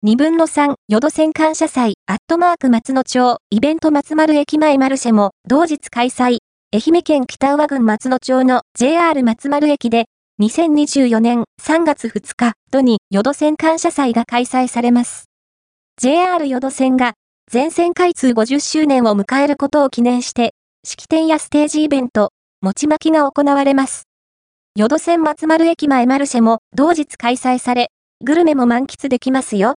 3/2淀線感謝祭松野町イベント松丸駅前マルシェも同日開催。愛媛県北宇和郡松野町の JR 松丸駅で2024年3月2日土に淀線感謝祭が開催されます。JR 淀線が全線開通50周年を迎えることを記念して、式典やステージイベント、餅まきが行われます。淀線松丸駅前マルシェも同日開催され、グルメも満喫できますよ。